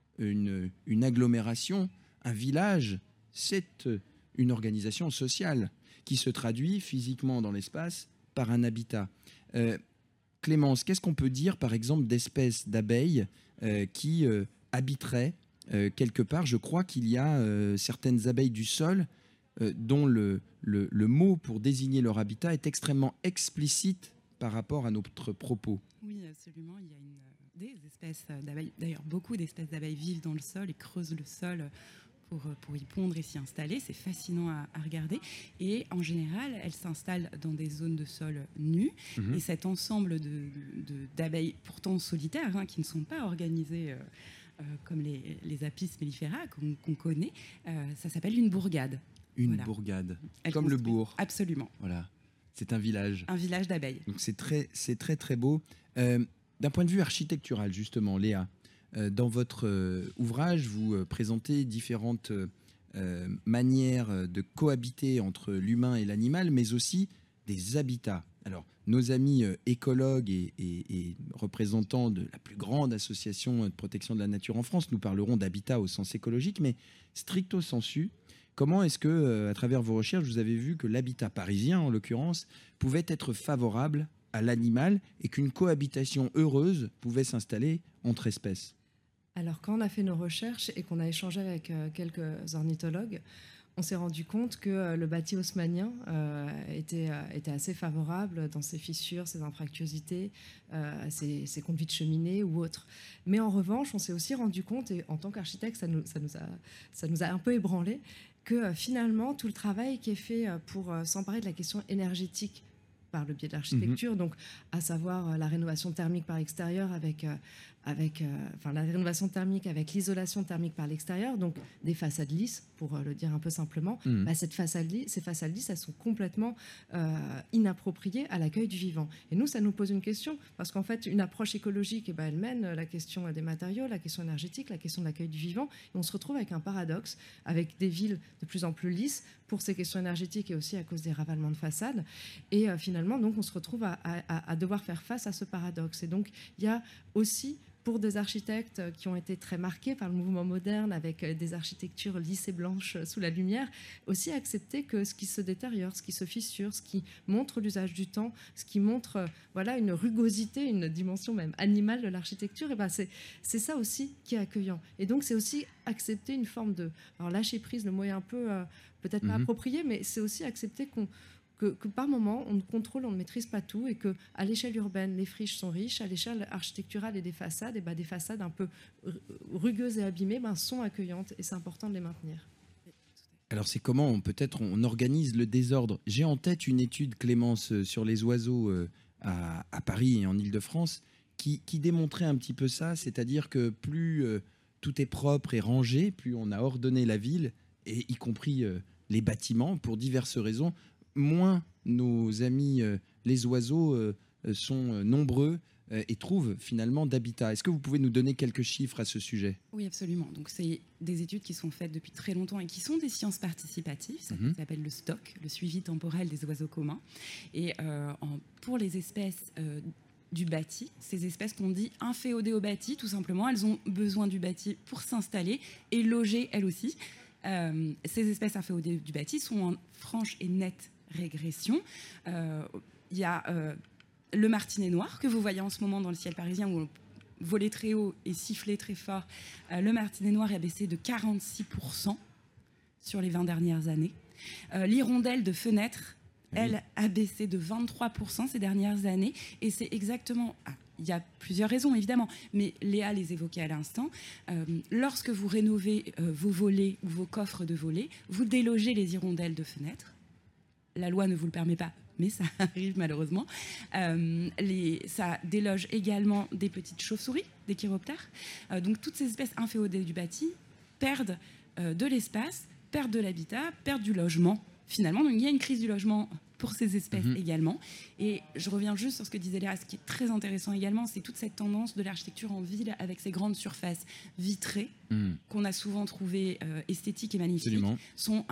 une agglomération, un village, c'est une organisation sociale qui se traduit physiquement dans l'espace par un habitat. Clémence, qu'est-ce qu'on peut dire, par exemple, d'espèces d'abeilles qui habiteraient quelque part? Je crois qu'il y a certaines abeilles du sol dont le mot pour désigner leur habitat est extrêmement explicite par rapport à notre propos. Oui, absolument. Il y a des espèces d'abeilles, d'ailleurs beaucoup d'espèces d'abeilles vivent dans le sol et creusent le sol pour y pondre et s'y installer. C'est fascinant à regarder. Et en général, elles s'installent dans des zones de sol nues. Et cet ensemble d'abeilles pourtant solitaires, qui ne sont pas organisées comme les Apis mellifera qu'on connaît, ça s'appelle une bourgade. Une bourgade, comme le bourg. Absolument. Voilà. C'est un village. Un village d'abeilles. Donc c'est très, très beau. D'un point de vue architectural, justement, Léa, dans votre ouvrage, vous présentez différentes manières de cohabiter entre l'humain et l'animal, mais aussi des habitats. Alors, nos amis écologues et représentants de la plus grande association de protection de la nature en France nous parleront d'habitat au sens écologique, mais stricto sensu, comment est-ce que, à travers vos recherches, vous avez vu que l'habitat parisien, en l'occurrence, pouvait être favorable à l'animal et qu'une cohabitation heureuse pouvait s'installer entre espèces? Alors, quand on a fait nos recherches et qu'on a échangé avec quelques ornithologues, on s'est rendu compte que le bâti haussmannien était assez favorable dans ses fissures, ses anfractuosités, ses conduits de cheminée ou autres. Mais en revanche, on s'est aussi rendu compte, et en tant qu'architecte, ça nous a un peu ébranlé, que finalement, tout le travail qui est fait pour s'emparer de la question énergétique par le biais de l'architecture, donc à savoir la rénovation thermique par l'extérieur la rénovation thermique avec l'isolation thermique par l'extérieur, donc des façades lisses, pour le dire un peu simplement. Ces façades lisses, elles sont complètement inappropriées à l'accueil du vivant. Et nous, ça nous pose une question, parce qu'en fait, une approche écologique, elle mène la question des matériaux, la question énergétique, la question de l'accueil du vivant, et on se retrouve avec un paradoxe, avec des villes de plus en plus lisses pour ces questions énergétiques et aussi à cause des ravalements de façades. Et finalement, donc, on se retrouve à devoir faire face à ce paradoxe. Et donc, il y a aussi, pour des architectes qui ont été très marqués par le mouvement moderne, avec des architectures lisses et blanches sous la lumière, aussi accepter que ce qui se détériore, ce qui se fissure, ce qui montre l'usage du temps, ce qui montre une rugosité, une dimension même animale de l'architecture, c'est ça aussi qui est accueillant. Et donc c'est aussi accepter une forme de... Alors lâcher prise, le mot est un peu peut-être pas approprié, mais c'est aussi accepter que par moment, on contrôle, on ne maîtrise pas tout, et qu'à l'échelle urbaine, les friches sont riches, à l'échelle architecturale et des façades un peu rugueuses et abîmées sont accueillantes, et c'est important de les maintenir. Alors c'est comment peut-être on organise le désordre. J'ai en tête une étude, Clémence, sur les oiseaux à Paris et en Île-de-France qui démontrait un petit peu ça, c'est-à-dire que plus tout est propre et rangé, plus on a ordonné la ville, et y compris les bâtiments, pour diverses raisons, moins nos amis les oiseaux sont nombreux et trouvent finalement d'habitat. Est-ce que vous pouvez nous donner quelques chiffres à ce sujet ? Oui, absolument. Donc, c'est des études qui sont faites depuis très longtemps et qui sont des sciences participatives. Ça s'appelle le STOC, le suivi temporel des oiseaux communs. Et pour les espèces du bâti, ces espèces qu'on dit inféodées au bâti, tout simplement, elles ont besoin du bâti pour s'installer et loger elles aussi. Ces espèces inféodées du bâti sont en franche et nette régression. Il y a le martinet noir que vous voyez en ce moment dans le ciel parisien, où on volait très haut et sifflait très fort. Le martinet noir a baissé de 46% sur les 20 dernières années. L'hirondelle de fenêtre, elle, a baissé de 23% ces dernières années. Et c'est exactement... il y a plusieurs raisons, évidemment, mais Léa les évoquait à l'instant. Lorsque vous rénovez vos volets ou vos coffres de volets, vous délogez les hirondelles de fenêtre. La loi ne vous le permet pas, mais ça arrive malheureusement. Ça déloge également des petites chauves-souris, des chiroptères. Donc toutes ces espèces inféodées du bâti perdent de l'espace, perdent de l'habitat, perdent du logement, finalement. Donc il y a une crise du logement pour ces espèces également. Et je reviens juste sur ce que disait Léa, ce qui est très intéressant également, c'est toute cette tendance de l'architecture en ville avec ces grandes surfaces vitrées qu'on a souvent trouvées esthétiques et magnifiques, sont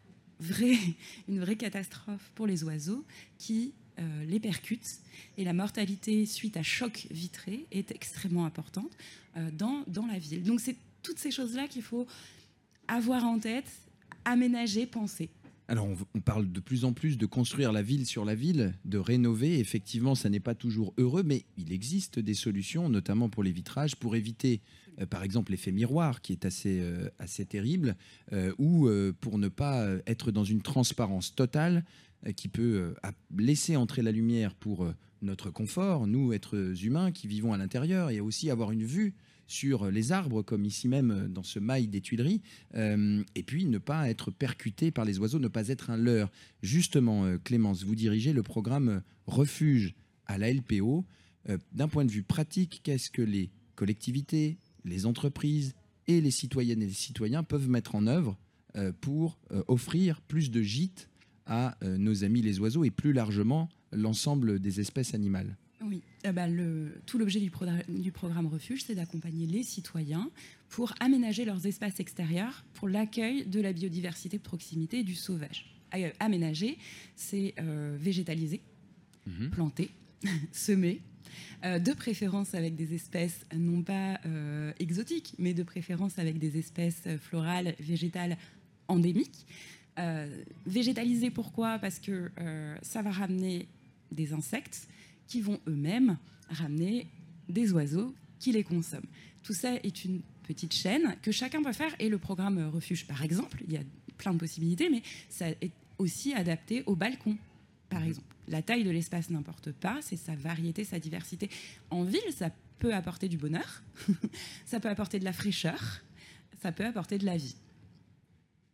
une vraie catastrophe pour les oiseaux qui les percutent. Et la mortalité suite à choc vitré est extrêmement importante dans la ville. Donc c'est toutes ces choses-là qu'il faut avoir en tête, aménager, penser. Alors, on parle de plus en plus de construire la ville sur la ville, de rénover. Effectivement, ça n'est pas toujours heureux, mais il existe des solutions, notamment pour les vitrages, pour éviter, par exemple, l'effet miroir, qui est assez terrible, ou pour ne pas être dans une transparence totale qui peut laisser entrer la lumière pour notre confort, nous, êtres humains qui vivons à l'intérieur, et aussi avoir une vue sur les arbres, comme ici même dans ce mail des Tuileries, et puis ne pas être percuté par les oiseaux, ne pas être un leurre. Justement, Clémence, vous dirigez le programme Refuge à la LPO. D'un point de vue pratique, qu'est-ce que les collectivités, les entreprises et les citoyennes et les citoyens peuvent mettre en œuvre pour offrir plus de gîtes à nos amis les oiseaux et plus largement l'ensemble des espèces animales ? Oui, tout l'objet du programme Refuge, c'est d'accompagner les citoyens pour aménager leurs espaces extérieurs pour l'accueil de la biodiversité de proximité et du sauvage. Aménager, c'est végétaliser, planter, semer, de préférence avec des espèces non pas exotiques, mais de préférence avec des espèces florales, végétales endémiques. Végétaliser, pourquoi ? Parce que ça va ramener des insectes qui vont eux-mêmes ramener des oiseaux qui les consomment. Tout ça est une petite chaîne que chacun peut faire, et le programme Refuge, par exemple, il y a plein de possibilités, mais ça est aussi adapté au balcon, par exemple. La taille de l'espace n'importe pas, c'est sa variété, sa diversité. En ville, ça peut apporter du bonheur, ça peut apporter de la fraîcheur, ça peut apporter de la vie.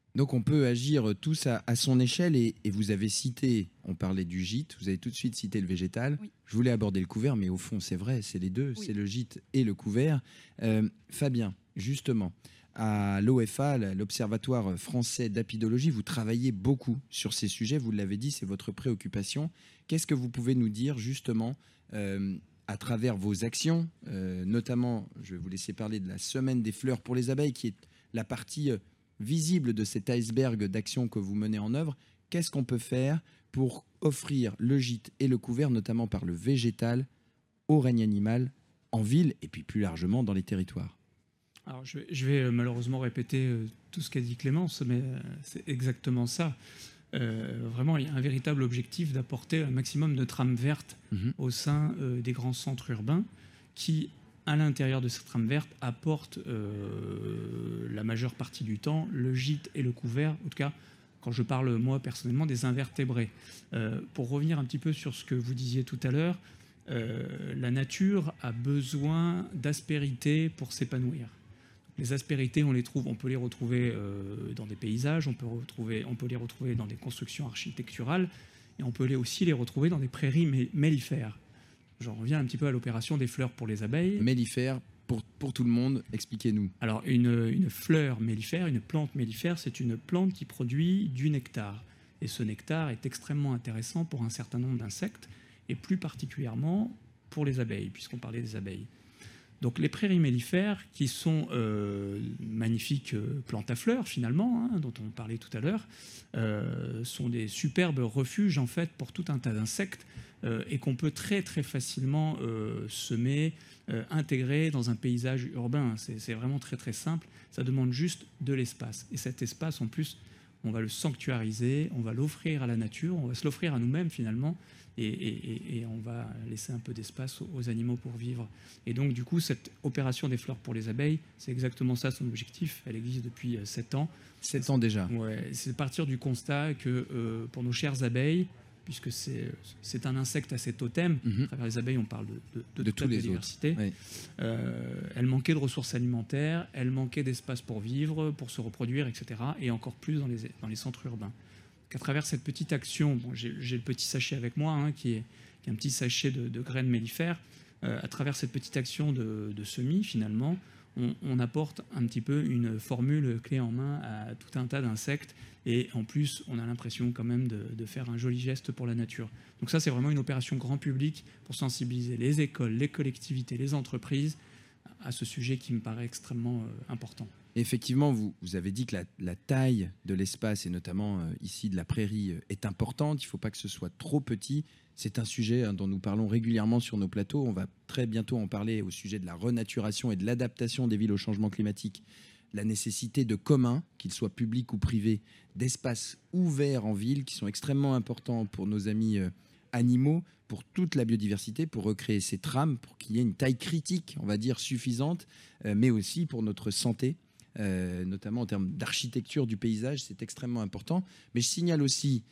Donc on peut agir tous à son échelle et vous avez cité, on parlait du gîte, vous avez tout de suite cité le végétal. Oui. Je voulais aborder le couvert, mais au fond c'est vrai, c'est les deux, c'est le gîte et le couvert. Fabien, justement, à l'OFA, l'Observatoire français d'apidologie, vous travaillez beaucoup sur ces sujets, vous l'avez dit, c'est votre préoccupation. Qu'est-ce que vous pouvez nous dire justement à travers vos actions, notamment, je vais vous laisser parler de la Semaine des fleurs pour les abeilles, qui est la partie visible de cet iceberg d'actions que vous menez en œuvre. Qu'est-ce qu'on peut faire pour offrir le gîte et le couvert, notamment par le végétal, au règne animal, en ville et puis plus largement dans les territoires? Alors je vais malheureusement répéter tout ce qu'a dit Clémence, mais c'est exactement ça. Vraiment, il y a un véritable objectif d'apporter un maximum de trames vertes au sein des grands centres urbains qui, à l'intérieur de cette trame verte, apportent la majeure partie du temps le gîte et le couvert, en tout cas quand je parle moi personnellement des invertébrés. Pour revenir un petit peu sur ce que vous disiez tout à l'heure, la nature a besoin d'aspérité pour s'épanouir. Les aspérités, on peut les retrouver dans des paysages, on peut les retrouver dans des constructions architecturales, et on peut aussi les retrouver dans des prairies mellifères. J'en reviens un petit peu à l'opération des fleurs pour les abeilles. Mellifères, pour tout le monde, expliquez-nous. Alors, une fleur mellifère, une plante mellifère, c'est une plante qui produit du nectar. Et ce nectar est extrêmement intéressant pour un certain nombre d'insectes, et plus particulièrement pour les abeilles, puisqu'on parlait des abeilles. Donc les prairies mellifères, qui sont magnifiques plantes à fleurs finalement, dont on parlait tout à l'heure, sont des superbes refuges en fait pour tout un tas d'insectes et qu'on peut très très facilement semer, intégrer dans un paysage urbain. C'est vraiment très très simple. Ça demande juste de l'espace. Et cet espace en plus, on va le sanctuariser, on va l'offrir à la nature, on va se l'offrir à nous-mêmes finalement. Et on va laisser un peu d'espace aux animaux pour vivre. Et donc, du coup, cette opération des fleurs pour les abeilles, c'est exactement ça son objectif. Elle existe depuis 7 ans. 7 ans déjà. Ouais, c'est partir du constat que pour nos chères abeilles, puisque c'est un insecte assez totem, à travers les abeilles, on parle de toute la biodiversité, oui. Elles manquaient de ressources alimentaires, elles manquaient d'espace pour vivre, pour se reproduire, etc. Et encore plus dans les centres urbains. Qu'à travers cette petite action, j'ai le petit sachet avec moi, qui est un petit sachet de graines mellifères, à travers cette petite action de semis, finalement, on apporte un petit peu une formule clé en main à tout un tas d'insectes, et en plus, on a l'impression quand même de faire un joli geste pour la nature. Donc ça, c'est vraiment une opération grand public pour sensibiliser les écoles, les collectivités, les entreprises à ce sujet qui me paraît extrêmement important. Effectivement, vous avez dit que la taille de l'espace, et notamment ici de la prairie, est importante. Il ne faut pas que ce soit trop petit. C'est un sujet dont nous parlons régulièrement sur nos plateaux. On va très bientôt en parler au sujet de la renaturation et de l'adaptation des villes au changement climatique. La nécessité de communs, qu'ils soient publics ou privés, d'espaces ouverts en ville qui sont extrêmement importants pour nos amis animaux, pour toute la biodiversité, pour recréer ces trames, pour qu'il y ait une taille critique, on va dire, suffisante, mais aussi pour notre santé. Notamment en termes d'architecture du paysage, c'est extrêmement important. Mais je signale aussi,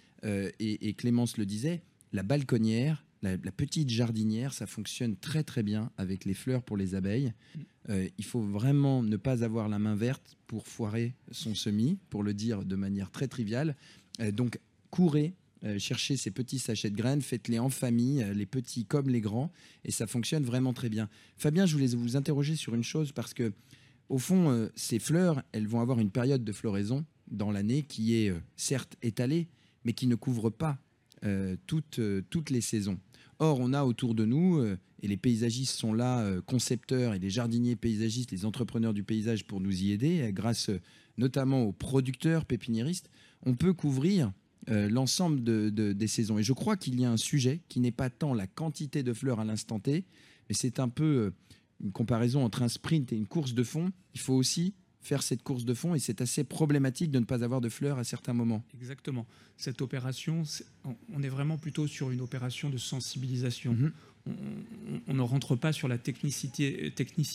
et Clémence le disait, la balconnière, la petite jardinière, ça fonctionne très très bien avec les fleurs pour les abeilles. Il faut vraiment ne pas avoir la main verte pour foirer son semis, pour le dire de manière très triviale. Donc courez, cherchez ces petits sachets de graines, faites-les en famille, les petits comme les grands, et ça fonctionne vraiment très bien. Fabien, je voulais vous interroger sur une chose, parce que au fond, ces fleurs, elles vont avoir une période de floraison dans l'année qui est certes étalée, mais qui ne couvre pas toutes les saisons. Or, on a autour de nous, et les paysagistes sont là, concepteurs, et les jardiniers paysagistes, les entrepreneurs du paysage pour nous y aider, grâce notamment aux producteurs pépiniéristes, on peut couvrir l'ensemble des saisons. Et je crois qu'il y a un sujet qui n'est pas tant la quantité de fleurs à l'instant T, mais c'est un peu une comparaison entre un sprint et une course de fond. Il faut aussi faire cette course de fond, et c'est assez problématique de ne pas avoir de fleurs à certains moments. Exactement. Cette opération, on est vraiment plutôt sur une opération de sensibilisation. On ne rentre pas sur la technicité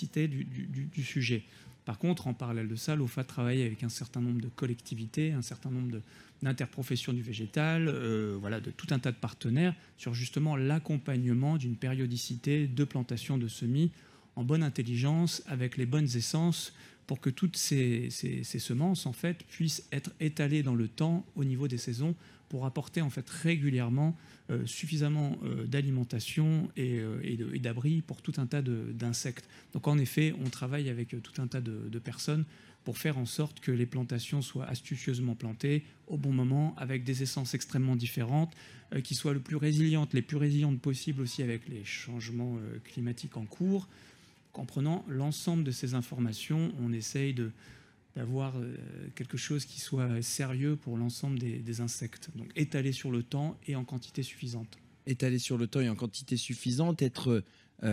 du sujet. Par contre, en parallèle de ça, l'OFA travaille avec un certain nombre de collectivités, un certain nombre d'interprofessions du végétal, de tout un tas de partenaires sur justement l'accompagnement d'une périodicité de plantation de semis en bonne intelligence, avec les bonnes essences, pour que toutes ces semences en fait puissent être étalées dans le temps au niveau des saisons pour apporter en fait régulièrement suffisamment d'alimentation et d'abri pour tout un tas d'insectes. Donc en effet, on travaille avec tout un tas de personnes pour faire en sorte que les plantations soient astucieusement plantées au bon moment, avec des essences extrêmement différentes, qui soient les plus résilientes possibles aussi avec les changements climatiques en cours. En prenant l'ensemble de ces informations, on essaye d'avoir quelque chose qui soit sérieux pour l'ensemble des insectes. Donc étalé sur le temps et en quantité suffisante. Étalé sur le temps et en quantité suffisante, être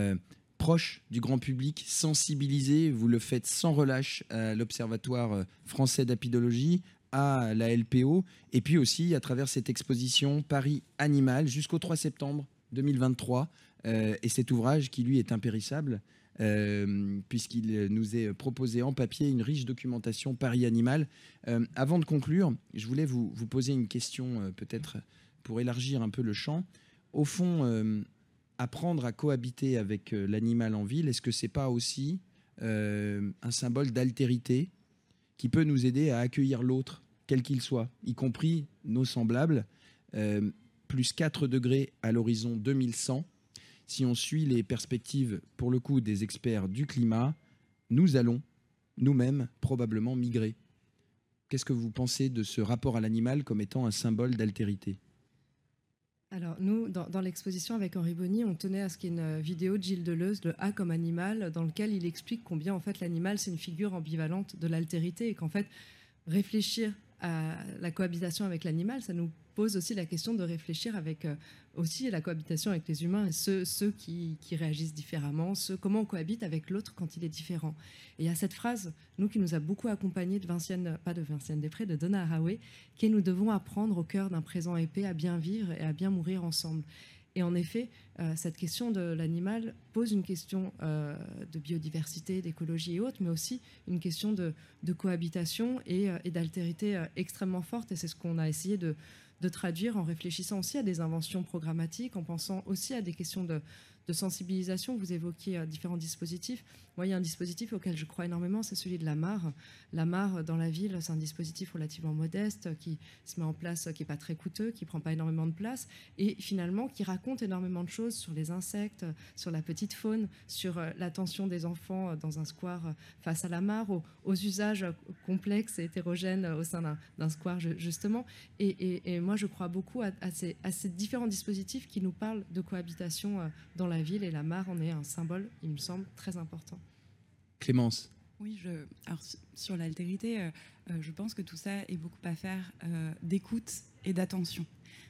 proche du grand public, sensibilisé, vous le faites sans relâche à l'Observatoire français d'apidologie, à la LPO, et puis aussi à travers cette exposition Paris Animal jusqu'au 3 septembre 2023, et cet ouvrage qui lui est impérissable, puisqu'il nous est proposé en papier une riche documentation Paris Animal. Avant de conclure, je voulais vous poser une question peut-être pour élargir un peu le champ. Au fond, apprendre à cohabiter avec l'animal en ville, est-ce que c'est pas aussi un symbole d'altérité qui peut nous aider à accueillir l'autre, quel qu'il soit, y compris nos semblables, plus 4 degrés à l'horizon 2100. Si on suit les perspectives, pour le coup, des experts du climat, nous allons nous-mêmes probablement migrer. Qu'est-ce que vous pensez de ce rapport à l'animal comme étant un symbole d'altérité ? Alors nous, dans l'exposition avec Henri Bonny, on tenait à ce qu'il y ait une vidéo de Gilles Deleuze, le A comme animal, dans lequel il explique combien en fait l'animal c'est une figure ambivalente de l'altérité et qu'en fait réfléchir à la cohabitation avec l'animal, ça nous pose aussi la question de réfléchir avec aussi la cohabitation avec les humains et ceux qui réagissent différemment, comment on cohabite avec l'autre quand il est différent. Et il y a cette phrase, nous, qui nous a beaucoup accompagnés de Vinciane Després, de Donna Haraway, qui est « Nous devons apprendre au cœur d'un présent épais à bien vivre et à bien mourir ensemble ». Et en effet, cette question de l'animal pose une question de biodiversité, d'écologie et autres, mais aussi une question de cohabitation et d'altérité extrêmement forte. Et c'est ce qu'on a essayé de traduire en réfléchissant aussi à des inventions programmatiques, en pensant aussi à des questions de sensibilisation. Vous évoquiez différents dispositifs. Moi, il y a un dispositif auquel je crois énormément, c'est celui de la mare. La mare dans la ville, c'est un dispositif relativement modeste qui se met en place, qui n'est pas très coûteux, qui ne prend pas énormément de place et finalement qui raconte énormément de choses sur les insectes, sur la petite faune, sur l'attention des enfants dans un square face à la mare, aux usages complexes et hétérogènes au sein d'un square justement. Et moi, je crois beaucoup à ces différents dispositifs qui nous parlent de cohabitation dans la ville, et la mare en est un symbole, il me semble, très important. Clémence. Oui, alors, sur l'altérité, je pense que tout ça est beaucoup à faire d'écoute et d'attention.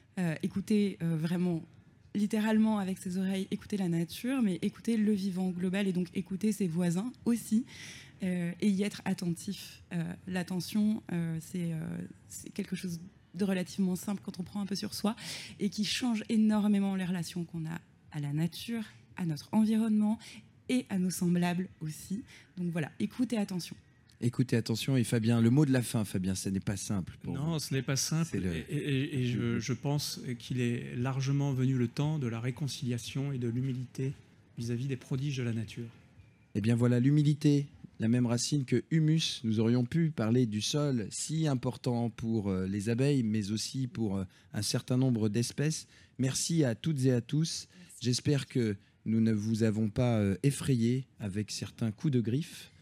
Écouter vraiment, littéralement avec ses oreilles, écouter la nature, mais écouter le vivant global et donc écouter ses voisins aussi, et y être attentif. L'attention, c'est quelque chose de relativement simple quand on prend un peu sur soi et qui change énormément les relations qu'on a à la nature, à notre environnement et à nos semblables aussi. Donc voilà, écoute et attention. Écoutez, attention. Et Fabien, le mot de la fin, Fabien, ce n'est pas simple. Non, ce n'est pas simple. Et je pense qu'il est largement venu le temps de la réconciliation et de l'humilité vis-à-vis des prodiges de la nature. Eh bien voilà, l'humilité, la même racine que humus. Nous aurions pu parler du sol, si important pour les abeilles, mais aussi pour un certain nombre d'espèces. Merci à toutes et à tous. J'espère que nous ne vous avons pas effrayé avec certains coups de griffe.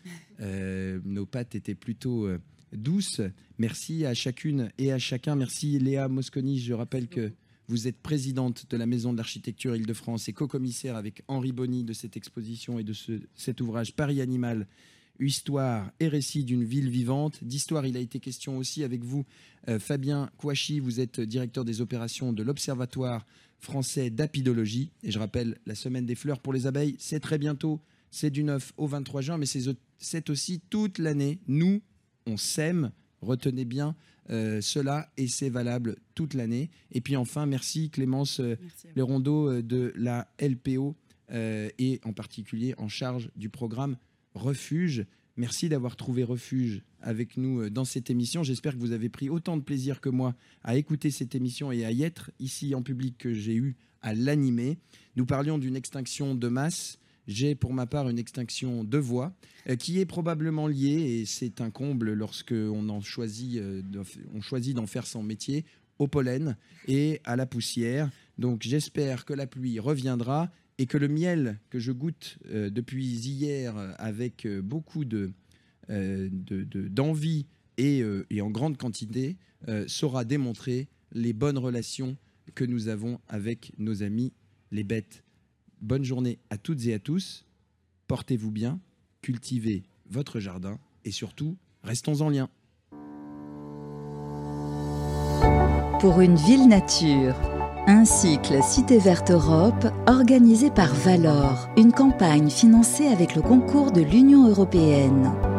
Nos pattes étaient plutôt douces. Merci à chacune et à chacun. Merci Léa Mosconi. Je rappelle que vous êtes présidente de la Maison de l'Architecture Île-de-France et co-commissaire avec Henri Bonny de cette exposition et de cet ouvrage Paris Animal, Histoire et récit d'une ville vivante. D'histoire, il a été question aussi avec vous, Fabien Kouachi. Vous êtes directeur des opérations de l'Observatoire français d'apidologie. Et je rappelle, la semaine des fleurs pour les abeilles, c'est très bientôt. C'est du 9 au 23 juin, mais c'est aussi toute l'année. Nous, on sème, retenez bien cela, et c'est valable toute l'année. Et puis enfin, merci Clémence Lerondeau de la LPO, et en particulier en charge du programme Refuge. Merci d'avoir trouvé refuge avec nous dans cette émission. J'espère que vous avez pris autant de plaisir que moi à écouter cette émission et à y être ici en public que j'ai eu à l'animer. Nous parlions d'une extinction de masse j'ai pour ma part une extinction de voix qui est probablement liée, et c'est un comble lorsqu'on choisit d'en faire son métier, au pollen et à la poussière. Donc j'espère que la pluie reviendra et que le miel que je goûte depuis hier avec beaucoup d'envie et en grande quantité saura démontrer les bonnes relations que nous avons avec nos amis les bêtes. Bonne journée à toutes et à tous. Portez-vous bien, cultivez votre jardin et surtout, restons en lien. Pour une ville nature, un cycle Cité Verte Europe organisé par Valor, une campagne financée avec le concours de l'Union européenne.